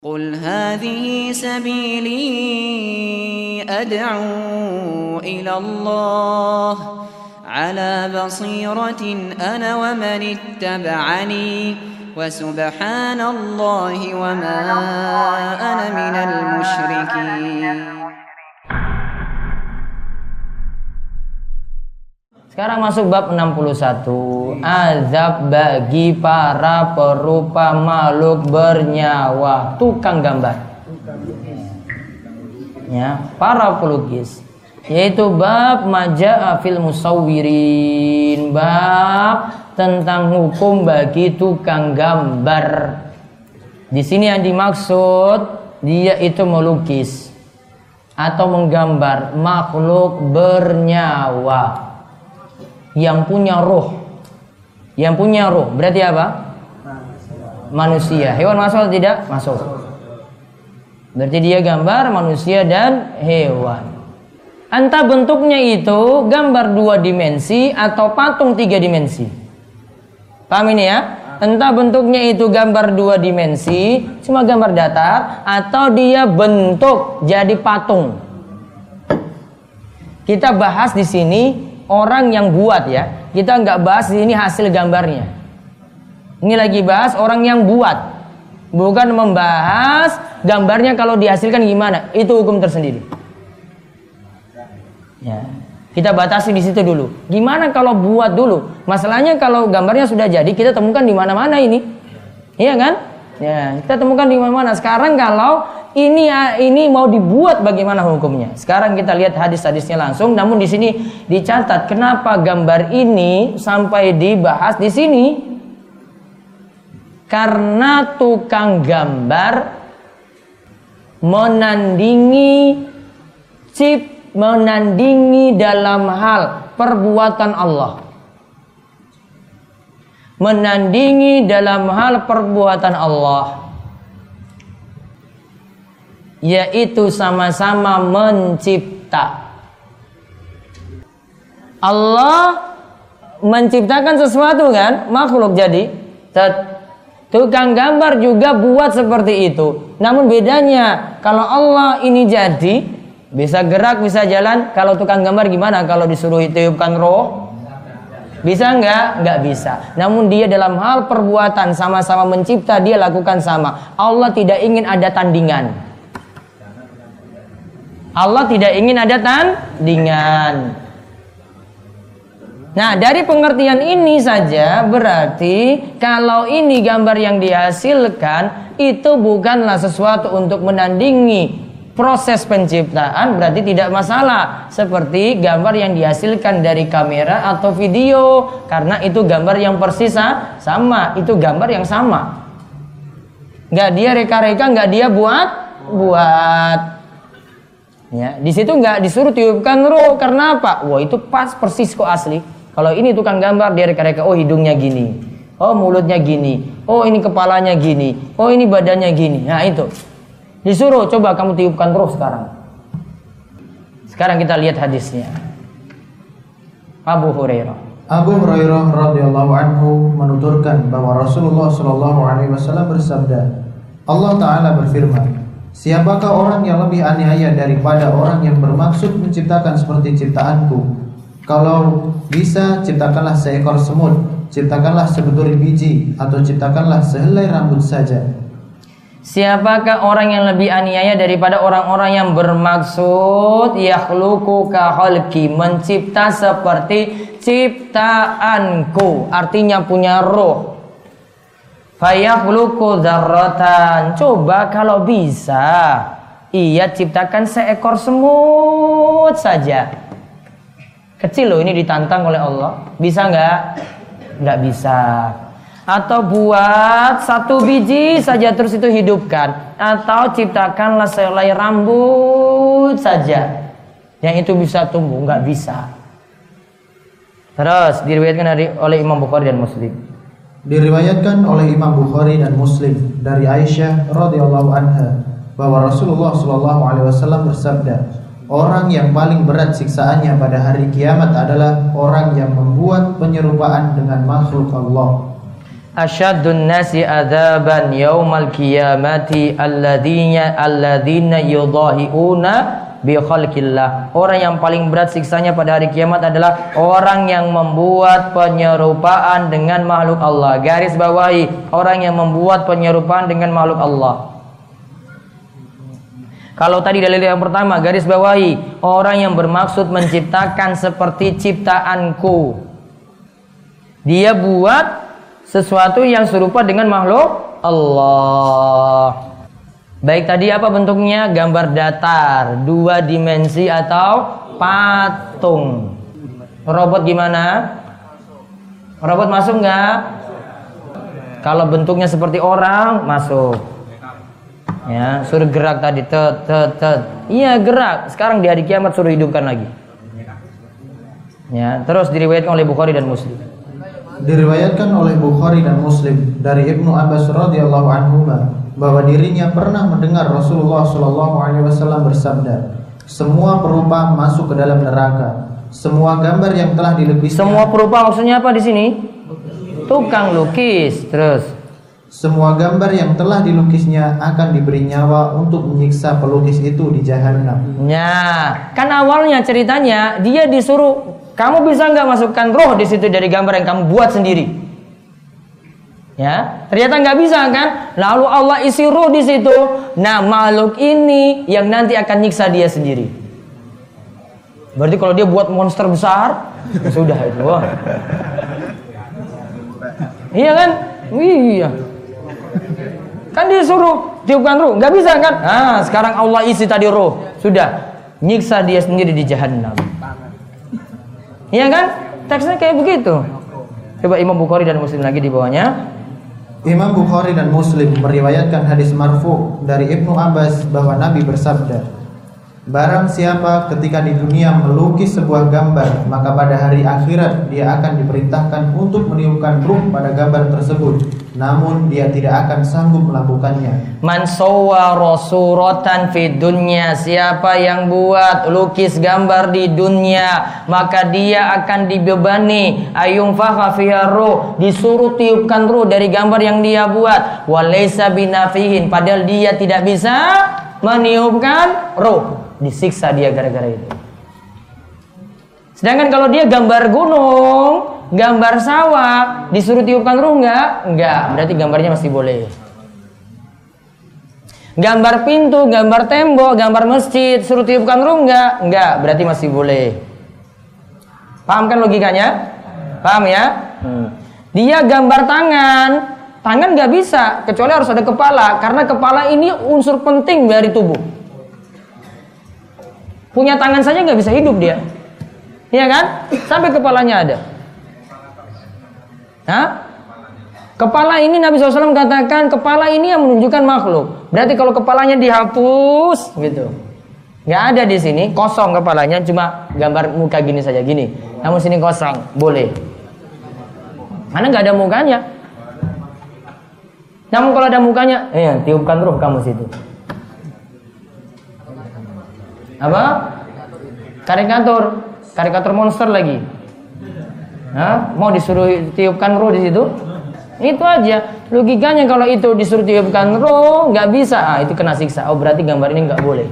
قل هذه سبيلي أدعو إلى الله على بصيرة أنا ومن اتبعني وسبحان الله وما أنا من المشركين. Sekarang masuk bab 61. Azab bagi para perupa makhluk bernyawa, tukang gambar. Ya, para pelukis. Yaitu bab maja'a fil musawwirin, bab tentang hukum bagi tukang gambar. Di sini yang dimaksud dia itu melukis atau menggambar makhluk bernyawa yang punya roh. Yang punya roh berarti apa? Manusia. Hewan masuk atau tidak? Masuk. Berarti dia gambar manusia dan hewan. Entah bentuknya itu gambar 2 dimensi atau patung 3 dimensi. Paham ini ya? Entah bentuknya itu gambar 2 dimensi, cuma gambar datar, atau dia bentuk jadi patung. Kita bahas di sini orang yang buat ya. Kita nggak bahas ini hasil gambarnya. Ini lagi bahas orang yang buat. Bukan membahas gambarnya kalau dihasilkan gimana. Itu hukum tersendiri. Ya. Kita batasi di situ dulu. Gimana kalau buat dulu? Masalahnya kalau gambarnya sudah jadi kita temukan di mana-mana ini. Iya kan? Ya, kita temukan di mana-mana. Sekarang kalau ini mau dibuat bagaimana hukumnya? Sekarang kita lihat hadis-hadisnya langsung. Namun di sini dicatat kenapa gambar ini sampai dibahas di sini? Karena tukang gambar menandingi dalam hal perbuatan Allah. Menandingi dalam hal perbuatan Allah, yaitu sama-sama mencipta. Allah menciptakan sesuatu kan, makhluk jadi. Tukang gambar juga buat seperti itu. Namun bedanya kalau Allah ini jadi, bisa gerak, bisa jalan. Kalau tukang gambar gimana? Kalau disuruh tiupkan roh, bisa enggak? Enggak bisa. Namun dia dalam hal perbuatan sama-sama mencipta, dia lakukan sama. Allah tidak ingin ada tandingan. Allah tidak ingin ada tandingan. Nah, dari pengertian ini saja berarti kalau ini gambar yang dihasilkan itu bukanlah sesuatu untuk menandingi proses penciptaan, berarti tidak masalah. Seperti gambar yang dihasilkan dari kamera atau video, karena itu gambar yang persis sama, itu gambar yang sama. Nggak dia reka-reka, nggak dia buat. Ya, di situ nggak disuruh tiupkan roh, karena apa? Wah, itu pas persis kok asli. Kalau ini tukang gambar dia reka-reka, oh hidungnya gini, oh mulutnya gini, oh ini kepalanya gini, oh ini badannya gini. Nah itu disuruh, coba kamu tiupkan roh sekarang. Sekarang kita lihat hadisnya. Abu Hurairah radhiyallahu anhu menuturkan bahwa Rasulullah shallallahu alaihi wasallam bersabda, Allah Ta'ala berfirman, siapakah orang yang lebih aniaya daripada orang yang bermaksud menciptakan seperti ciptaanku? Kalau bisa, ciptakanlah seekor semut, ciptakanlah sebetulnya biji, atau ciptakanlah sehelai rambut saja. Siapakah orang yang lebih aniaya daripada orang-orang yang bermaksud yakhluqu ka khalqi, mencipta seperti ciptaanku, artinya punya roh. Fayakhluqu dzarratan, coba kalau bisa ia ciptakan seekor semut saja. Kecil loh, ini ditantang oleh Allah. Bisa nggak? Nggak bisa. Atau buat satu biji saja terus itu hidupkan. Atau ciptakanlah sehelai rambut saja yang itu bisa tumbuh. Nggak bisa. Terus diriwayatkan oleh Imam Bukhari dan Muslim. Diriwayatkan oleh Imam Bukhari dan Muslim dari Aisyah radhiyallahu anha bahwa Rasulullah shallallahu alaihi wasallam bersabda, orang yang paling berat siksaannya pada hari kiamat adalah orang yang membuat penyerupaan dengan makhluk Allah. Asyaddun nasi adzaban yaumal qiyamati alladzina yudahiuna bi khalqillah. Orang yang paling berat siksanya pada hari kiamat adalah orang yang membuat penyerupaan dengan makhluk Allah. Garis bawahi, orang yang membuat penyerupaan dengan makhluk Allah. Kalau tadi dalil yang pertama, garis bawahi, orang yang bermaksud menciptakan seperti ciptaanku. Dia buat sesuatu yang serupa dengan makhluk Allah. Baik tadi apa bentuknya? Gambar datar, 2 dimensi atau patung. Robot gimana? Robot masuk nggak? Kalau bentuknya seperti orang, masuk. Ya, suruh gerak tadi, iya gerak. Sekarang di hari kiamat suruh hidupkan lagi. Ya, terus diriwayatkan oleh Bukhari dan Muslim. Diriwayatkan oleh Bukhari dan Muslim dari Ibnu Abbas radhiyallahu anhu bahwa dirinya pernah mendengar Rasulullah shallallahu alaihi wasallam bersabda, semua perupa masuk ke dalam neraka. Semua gambar yang telah dilukisnya. Semua perupa maksudnya apa di sini? Tukang lukis. Terus semua gambar yang telah dilukisnya akan diberi nyawa untuk menyiksa pelukis itu di jahanam. Ya, kan awalnya ceritanya dia disuruh, kamu bisa nggak masukkan roh di situ dari gambar yang kamu buat sendiri? Ya, ternyata nggak bisa kan? Lalu Allah isi roh di situ. Nah, makhluk ini yang nanti akan nyiksa dia sendiri. Berarti kalau dia buat monster besar, sudah itu. Wah. Iya kan? Iya. Kan dia suruh tiupkan roh, nggak bisa kan? Nah, sekarang Allah isi tadi roh, sudah nyiksa dia sendiri di jahanam. Iya kan? Teksnya kayak begitu. Coba Imam Bukhari dan Muslim lagi di bawahnya. Imam Bukhari dan Muslim meriwayatkan hadis marfu dari Ibnu Abbas bahwa Nabi bersabda, barang siapa ketika di dunia melukis sebuah gambar, maka pada hari akhirat dia akan diperintahkan untuk meniupkan ruh pada gambar tersebut, namun dia tidak akan sanggup melakukannya. Man sawwara suratan fid dunya, siapa yang buat lukis gambar di dunia, maka dia akan dibebani ayunfaha fiha ruh, disuruh tiupkan ruh dari gambar yang dia buat. Walaysa binafihin, padahal dia tidak bisa meniupkan ruh. Disiksa dia gara-gara itu. Sedangkan kalau dia gambar gunung, gambar sawah, disuruh tiupkan ruh enggak, berarti gambarnya masih boleh. Gambar pintu, gambar tembok, gambar masjid, suruh tiupkan ruh enggak, berarti masih boleh. Paham kan logikanya? Paham ya? Dia gambar tangan enggak bisa, kecuali harus ada kepala, karena kepala ini unsur penting dari tubuh. Punya tangan saja nggak bisa hidup dia, iya kan? Sampai kepalanya ada. Hah? Kepala ini Nabi SAW katakan kepala ini yang menunjukkan makhluk. Berarti kalau kepalanya dihapus, gitu, nggak ada di sini, kosong kepalanya, cuma gambar muka gini saja gini. Namun sini kosong, boleh. Karena nggak ada mukanya. Namun kalau ada mukanya, tiupkan ruh kamu situ. Apa? Karikatur monster lagi. Hah? Mau disuruh tiupkan roh di situ? Itu aja. Logikanya kalau itu disuruh tiupkan roh nggak bisa, itu kena siksa. Oh, berarti gambar ini nggak boleh.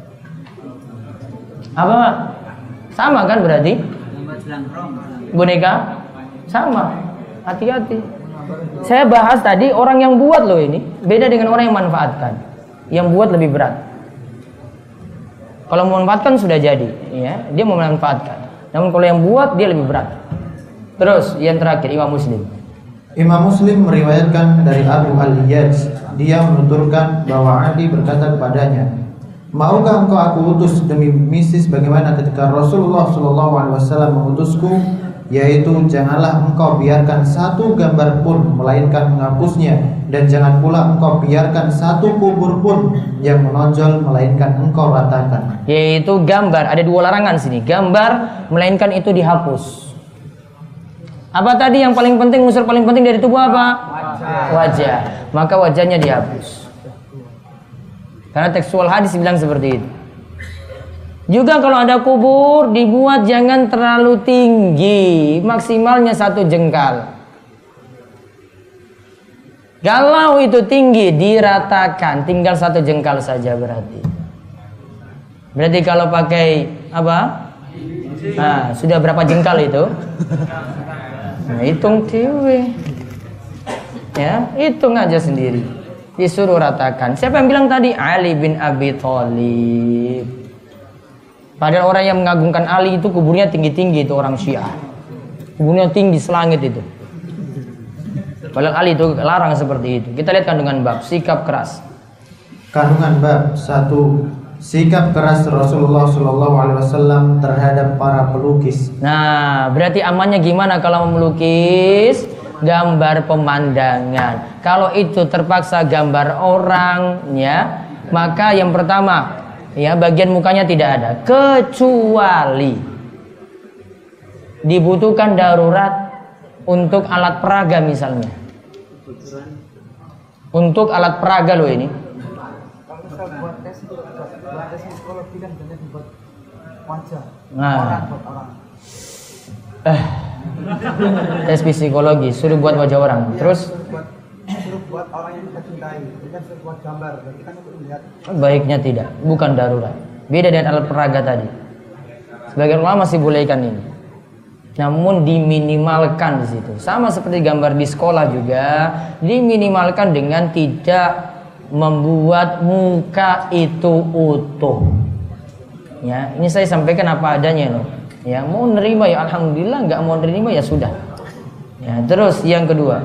Apa? Sama kan berarti? Boneka? Sama. Hati-hati. Saya bahas tadi orang yang buat loh ini. Beda dengan orang yang manfaatkan. Yang buat lebih berat. Kalau memanfaatkan sudah jadi, ya, dia memanfaatkan. Namun kalau yang buat dia lebih berat. Terus yang terakhir Imam Muslim. Imam Muslim meriwayatkan dari Abu Al-Hiyaj, dia menuturkan bahwa Ali berkata kepadanya, maukah engkau aku utus demi misi bagaimana ketika Rasulullah SAW mengutusku, yaitu janganlah engkau biarkan satu gambar pun melainkan menghapusnya, dan jangan pula engkau biarkan satu kubur pun yang menonjol melainkan engkau ratakan. Yaitu gambar, ada 2 larangan sini. Gambar melainkan itu dihapus. Apa tadi yang paling penting, unsur paling penting dari tubuh apa? Wajah. Maka wajahnya dihapus. Karena tekstual hadis bilang seperti itu. Juga kalau ada kubur dibuat jangan terlalu tinggi, maksimalnya 1 jengkal. Kalau itu tinggi diratakan, tinggal 1 jengkal saja berarti. Berarti kalau pakai apa? Nah, sudah berapa jengkal itu? Nah, hitung dewe. Ya, hitung aja sendiri. Disuruh ratakan. Siapa yang bilang tadi? Ali bin Abi Thalib. Padahal orang yang mengagungkan Ali itu kuburnya tinggi-tinggi, itu orang Syiah. Kuburnya tinggi selangit itu. Padahal Ali itu larang seperti itu. Kita lihat kandungan bab sikap keras. Kandungan bab 1. Sikap keras Rasulullah SAW terhadap para pelukis. Nah, berarti amannya gimana kalau melukis gambar pemandangan? Kalau itu terpaksa gambar orang, ya, maka yang pertama, ya, bagian mukanya tidak ada, kecuali dibutuhkan darurat untuk alat peraga misalnya. Untuk alat peraga loh ini. Kalau saya buat tes psikologi kan banyak dibuat wajah Nah. buat orang. Tes psikologi suruh buat wajah orang. Terus Suruh buat orang yang kita cintai, bukan suruh buat gambar. Berarti kan untuk melihat. baiknya tidak, bukan darurat. Beda dengan alat peraga tadi. Sebagian ulama masih bolehkan ini. Namun diminimalkan di situ. Sama seperti gambar di sekolah juga, diminimalkan dengan tidak membuat muka itu utuh. Ya, ini saya sampaikan apa adanya loh. Ya, mau nerima ya alhamdulillah, nggak mau nerima ya sudah. Ya, terus yang kedua.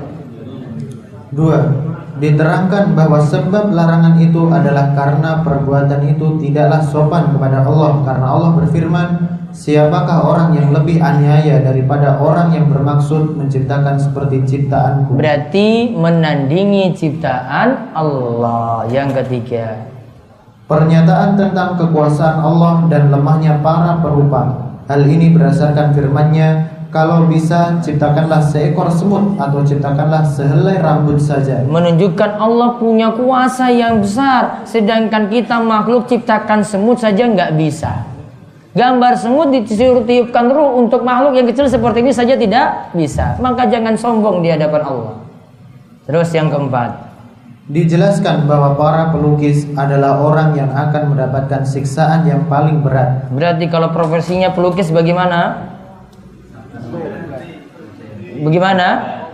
2. Diterangkan bahwa sebab larangan itu adalah karena perbuatan itu tidaklah sopan kepada Allah, karena Allah berfirman, siapakah orang yang lebih aniaya daripada orang yang bermaksud menciptakan seperti ciptaanku. Berarti menandingi ciptaan Allah. Yang ketiga, Pernyataan tentang kekuasaan Allah dan lemahnya para perupa. Hal ini berdasarkan firman-Nya, kalau bisa ciptakanlah seekor semut atau ciptakanlah sehelai rambut saja. menunjukkan Allah punya kuasa yang besar, sedangkan kita makhluk ciptakan semut saja nggak bisa. Gambar semut disuruh tiupkan ruh, untuk makhluk yang kecil seperti ini saja tidak bisa. Maka jangan sombong di hadapan Allah. Terus yang keempat, Dijelaskan bahwa para pelukis adalah orang yang akan mendapatkan siksaan yang paling berat. berarti kalau profesinya pelukis bagaimana? Bagaimana?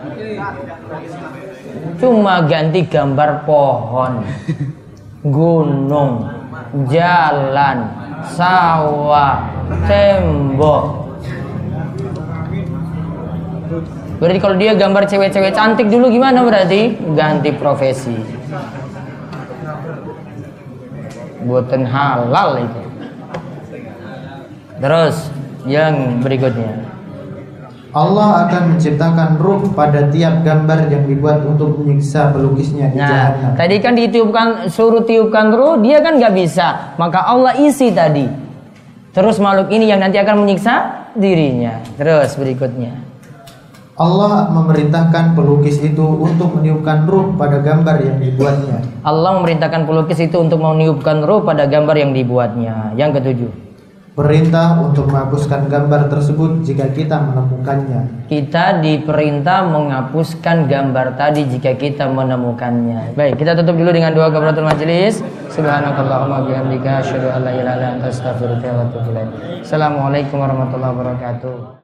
Cuma ganti gambar pohon, gunung, jalan, sawah, tembok. Berarti kalau dia gambar cewek-cewek cantik dulu gimana berarti? Ganti profesi. Buatan halal itu. Terus yang berikutnya. Allah akan menciptakan ruh pada tiap gambar yang dibuat untuk menyiksa pelukisnya di Nah, jahanam. tadi kan ditiupkan, suruh tiupkan ruh, dia kan nggak bisa. Maka Allah isi tadi. Terus makhluk ini yang nanti akan menyiksa dirinya. Terus berikutnya. Allah memerintahkan pelukis itu untuk meniupkan ruh pada gambar yang dibuatnya. Allah memerintahkan pelukis itu untuk meniupkan ruh pada gambar yang dibuatnya. Yang ketujuh. Perintah untuk menghapuskan gambar tersebut jika kita menemukannya. Kita diperintah menghapuskan gambar tadi jika kita menemukannya. Baik, kita tutup dulu dengan doa kafaratul majelis. Subhanakallahumma bihamdika asyhadu an la ilaha illa anta astaghfiruka wa atubu ilaik. Assalamualaikum warahmatullahi wabarakatuh.